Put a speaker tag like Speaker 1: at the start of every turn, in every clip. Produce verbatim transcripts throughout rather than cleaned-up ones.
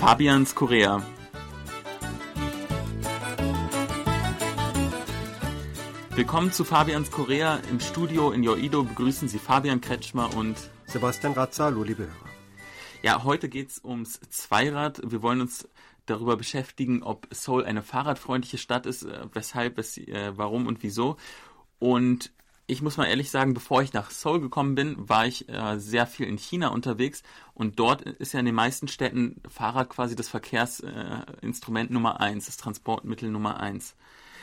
Speaker 1: Fabians Korea. Willkommen zu Fabians Korea. Im Studio in Yoido begrüßen Sie Fabian Kretschmer und
Speaker 2: Sebastian Ratzer. Hallo, liebe Hörer.
Speaker 1: Ja, heute geht's ums Zweirad. Wir wollen uns darüber beschäftigen, ob Seoul eine fahrradfreundliche Stadt ist, äh, weshalb, wes, äh, warum und wieso. Und ich muss mal ehrlich sagen, bevor ich nach Seoul gekommen bin, war ich äh, sehr viel in China unterwegs. Und dort ist ja in den meisten Städten Fahrrad quasi das Verkehrsinstrument äh, Nummer eins, das Transportmittel Nummer eins.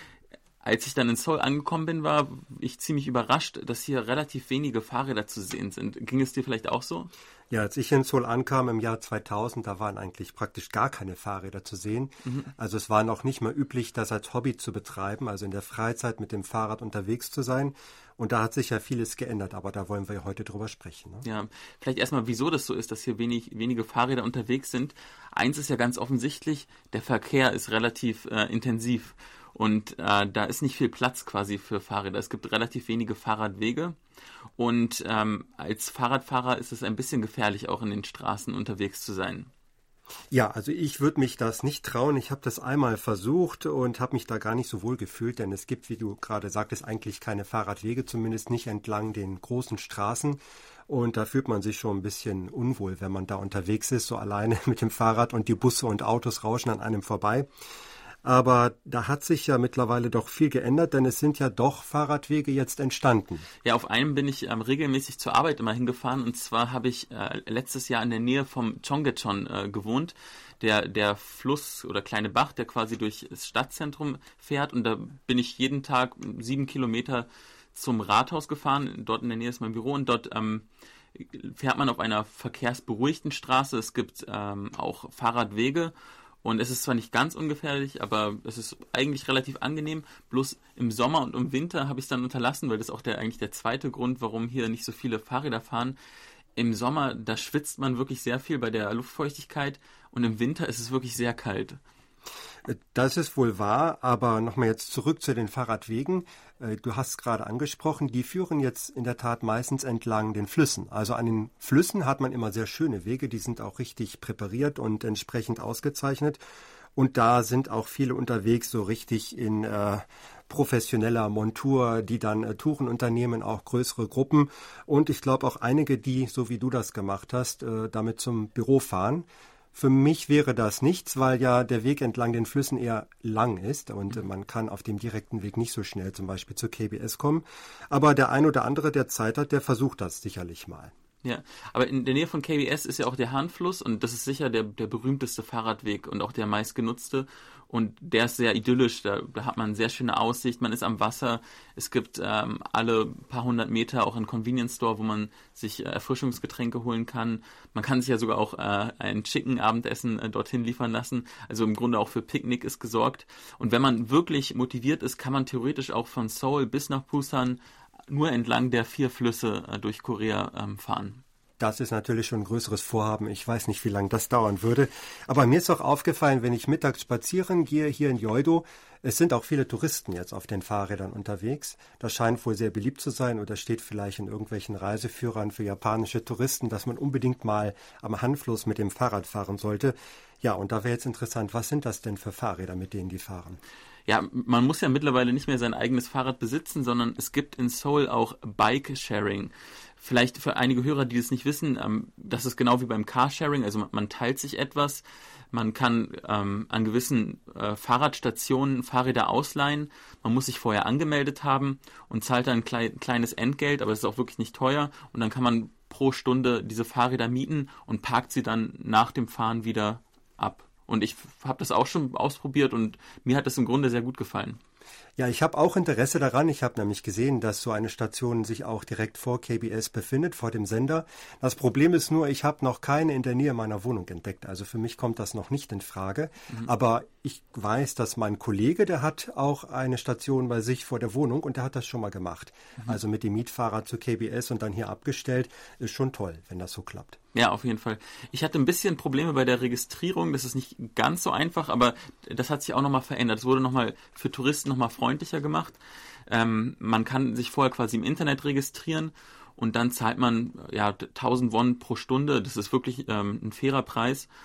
Speaker 1: Als ich dann in Seoul angekommen bin, war ich ziemlich überrascht, dass hier relativ wenige Fahrräder zu sehen sind. Ging es dir vielleicht auch so?
Speaker 2: Ja, als ich in Seoul ankam im Jahr zweitausend, da waren eigentlich praktisch gar keine Fahrräder zu sehen. Mhm. Also es war noch nicht mal üblich, das als Hobby zu betreiben, also in der Freizeit mit dem Fahrrad unterwegs zu sein. Und da hat sich ja vieles geändert, aber da wollen wir ja heute drüber sprechen. Ne?
Speaker 1: Ja, vielleicht erstmal, wieso das so ist, dass hier wenig, wenige Fahrräder unterwegs sind. Eins ist ja ganz offensichtlich, der Verkehr ist relativ äh, intensiv. Und äh, da ist nicht viel Platz quasi für Fahrräder. Es gibt relativ wenige Fahrradwege. Und ähm, als Fahrradfahrer ist es ein bisschen gefährlich, auch in den Straßen unterwegs zu sein.
Speaker 2: Ja, also ich würde mich das nicht trauen. Ich habe das einmal versucht und habe mich da gar nicht so wohl gefühlt, denn es gibt, wie du gerade sagtest, eigentlich keine Fahrradwege, zumindest nicht entlang den großen Straßen. Und da fühlt man sich schon ein bisschen unwohl, wenn man da unterwegs ist, so alleine mit dem Fahrrad und die Busse und Autos rauschen an einem vorbei. Aber da hat sich ja mittlerweile doch viel geändert, denn es sind ja doch Fahrradwege jetzt entstanden.
Speaker 1: Ja, auf einem bin ich ähm, regelmäßig zur Arbeit immer hingefahren. Und zwar habe ich äh, letztes Jahr in der Nähe vom Cheonggyecheon äh, gewohnt. Der, der Fluss oder kleine Bach, der quasi durch das Stadtzentrum fährt. Und da bin ich jeden Tag sieben Kilometer zum Rathaus gefahren. Dort in der Nähe ist mein Büro und dort ähm, fährt man auf einer verkehrsberuhigten Straße. Es gibt ähm, auch Fahrradwege. Und es ist zwar nicht ganz ungefährlich, aber es ist eigentlich relativ angenehm. Bloß im Sommer und im Winter habe ich es dann unterlassen, weil das ist auch der, eigentlich der zweite Grund, warum hier nicht so viele Fahrräder fahren. Im Sommer, da schwitzt man wirklich sehr viel bei der Luftfeuchtigkeit und im Winter ist es wirklich sehr kalt.
Speaker 2: Das ist wohl wahr, aber nochmal jetzt zurück zu den Fahrradwegen. Du hast es gerade angesprochen, die führen jetzt in der Tat meistens entlang den Flüssen. Also an den Flüssen hat man immer sehr schöne Wege, die sind auch richtig präpariert und entsprechend ausgezeichnet. Und da sind auch viele unterwegs, so richtig in äh, professioneller Montur, die dann äh, Touren unternehmen, auch größere Gruppen. Und ich glaube auch einige, die, so wie du das gemacht hast, äh, damit zum Büro fahren. Für mich wäre das nichts, weil ja der Weg entlang den Flüssen eher lang ist und man kann auf dem direkten Weg nicht so schnell zum Beispiel zur K B S kommen. Aber der ein oder andere, der Zeit hat, der versucht das sicherlich mal.
Speaker 1: Ja, aber in der Nähe von K B S ist ja auch der Han-Fluss und das ist sicher der, der berühmteste Fahrradweg und auch der meistgenutzte und der ist sehr idyllisch, da, da hat man eine sehr schöne Aussicht, man ist am Wasser, es gibt ähm, alle paar hundert Meter auch einen Convenience Store, wo man sich äh, Erfrischungsgetränke holen kann, man kann sich ja sogar auch äh, ein Chicken-Abendessen äh, dorthin liefern lassen, also im Grunde auch für Picknick ist gesorgt und wenn man wirklich motiviert ist, kann man theoretisch auch von Seoul bis nach Busan nur entlang der vier Flüsse äh, durch Korea ähm, fahren.
Speaker 2: Das ist natürlich schon ein größeres Vorhaben. Ich weiß nicht, wie lange das dauern würde. Aber mir ist auch aufgefallen, wenn ich mittags spazieren gehe hier in Yoido, es sind auch viele Touristen jetzt auf den Fahrrädern unterwegs. Das scheint wohl sehr beliebt zu sein oder steht vielleicht in irgendwelchen Reiseführern für japanische Touristen, dass man unbedingt mal am Han-Fluss mit dem Fahrrad fahren sollte. Ja, und da wäre jetzt interessant, was sind das denn für Fahrräder, mit denen die fahren?
Speaker 1: Ja, man muss ja mittlerweile nicht mehr sein eigenes Fahrrad besitzen, sondern es gibt in Seoul auch Bike-Sharing. Vielleicht für einige Hörer, die das nicht wissen, ähm, das ist genau wie beim Carsharing, also man, man teilt sich etwas, man kann ähm, an gewissen äh, Fahrradstationen Fahrräder ausleihen, man muss sich vorher angemeldet haben und zahlt dann ein klei- kleines Entgelt, aber es ist auch wirklich nicht teuer und dann kann man pro Stunde diese Fahrräder mieten und parkt sie dann nach dem Fahren wieder ab. Und ich habe das auch schon ausprobiert und mir hat das im Grunde sehr gut gefallen.
Speaker 2: Ja, ich habe auch Interesse daran. Ich habe nämlich gesehen, dass so eine Station sich auch direkt vor K B S befindet, vor dem Sender. Das Problem ist nur, ich habe noch keine in der Nähe meiner Wohnung entdeckt. Also für mich kommt das noch nicht in Frage. Mhm. Aber ich weiß, dass mein Kollege, der hat auch eine Station bei sich vor der Wohnung und der hat das schon mal gemacht. Mhm. Also mit dem Mietfahrrad zu K B S und dann hier abgestellt. Ist schon toll, wenn das so klappt.
Speaker 1: Ja, auf jeden Fall. Ich hatte ein bisschen Probleme bei der Registrierung. Das ist nicht ganz so einfach, aber das hat sich auch nochmal verändert. Es wurde nochmal für Touristen nochmal freundlicher gemacht. Ähm, man kann sich vorher quasi im Internet registrieren und dann zahlt man ja tausend Won pro Stunde. Das ist wirklich ähm, ein fairer Preis.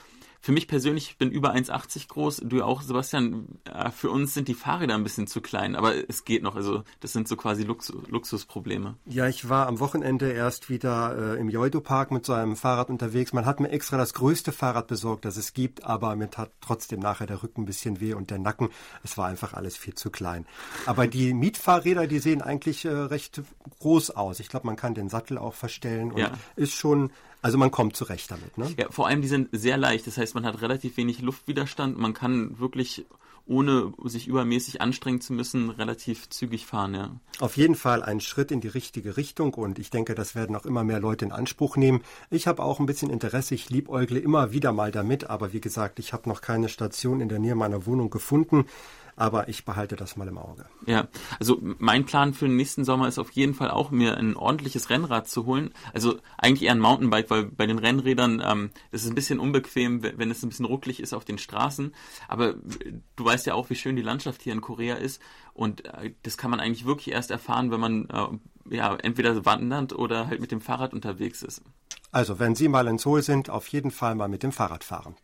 Speaker 1: Für mich persönlich, ich bin über eins Komma achtzig groß, du auch, Sebastian, äh, für uns sind die Fahrräder ein bisschen zu klein, aber es geht noch, also das sind so quasi Luxus, Luxusprobleme.
Speaker 2: Ja, ich war am Wochenende erst wieder äh, im Joido-Park mit so einem Fahrrad unterwegs. Man hat mir extra das größte Fahrrad besorgt, das es gibt, aber mir tat trotzdem nachher der Rücken ein bisschen weh und der Nacken. Es war einfach alles viel zu klein. Aber die Mietfahrräder, die sehen eigentlich äh, recht groß aus. Ich glaube, man kann den Sattel auch verstellen und
Speaker 1: ja.
Speaker 2: ist schon, also man kommt zurecht damit. Ne?
Speaker 1: Ja, vor allem die sind sehr leicht, das heißt, man hat relativ wenig Luftwiderstand, man kann wirklich, ohne sich übermäßig anstrengen zu müssen, relativ zügig fahren, ja.
Speaker 2: Auf jeden Fall ein Schritt in die richtige Richtung und ich denke, das werden auch immer mehr Leute in Anspruch nehmen. Ich habe auch ein bisschen Interesse, ich liebäugle immer wieder mal damit, aber wie gesagt, ich habe noch keine Station in der Nähe meiner Wohnung gefunden. Aber ich behalte das mal im Auge.
Speaker 1: Ja, also mein Plan für den nächsten Sommer ist auf jeden Fall auch, mir ein ordentliches Rennrad zu holen. Also eigentlich eher ein Mountainbike, weil bei den Rennrädern, ähm, das ist ein bisschen unbequem, wenn es ein bisschen ruckelig ist auf den Straßen. Aber du weißt ja auch, wie schön die Landschaft hier in Korea ist. Und äh, das kann man eigentlich wirklich erst erfahren, wenn man äh, ja entweder wandernd oder halt mit dem Fahrrad unterwegs ist.
Speaker 2: Also wenn Sie mal in Seoul sind, auf jeden Fall mal mit dem Fahrrad fahren.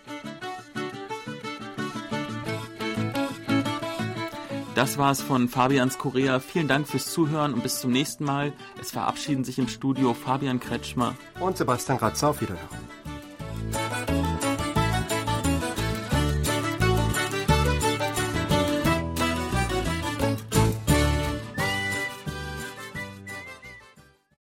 Speaker 1: Das war es von Fabians Korea. Vielen Dank fürs Zuhören und bis zum nächsten Mal. Es verabschieden sich im Studio Fabian Kretschmer
Speaker 2: und Sebastian Ratzer. Auf Wiederhören.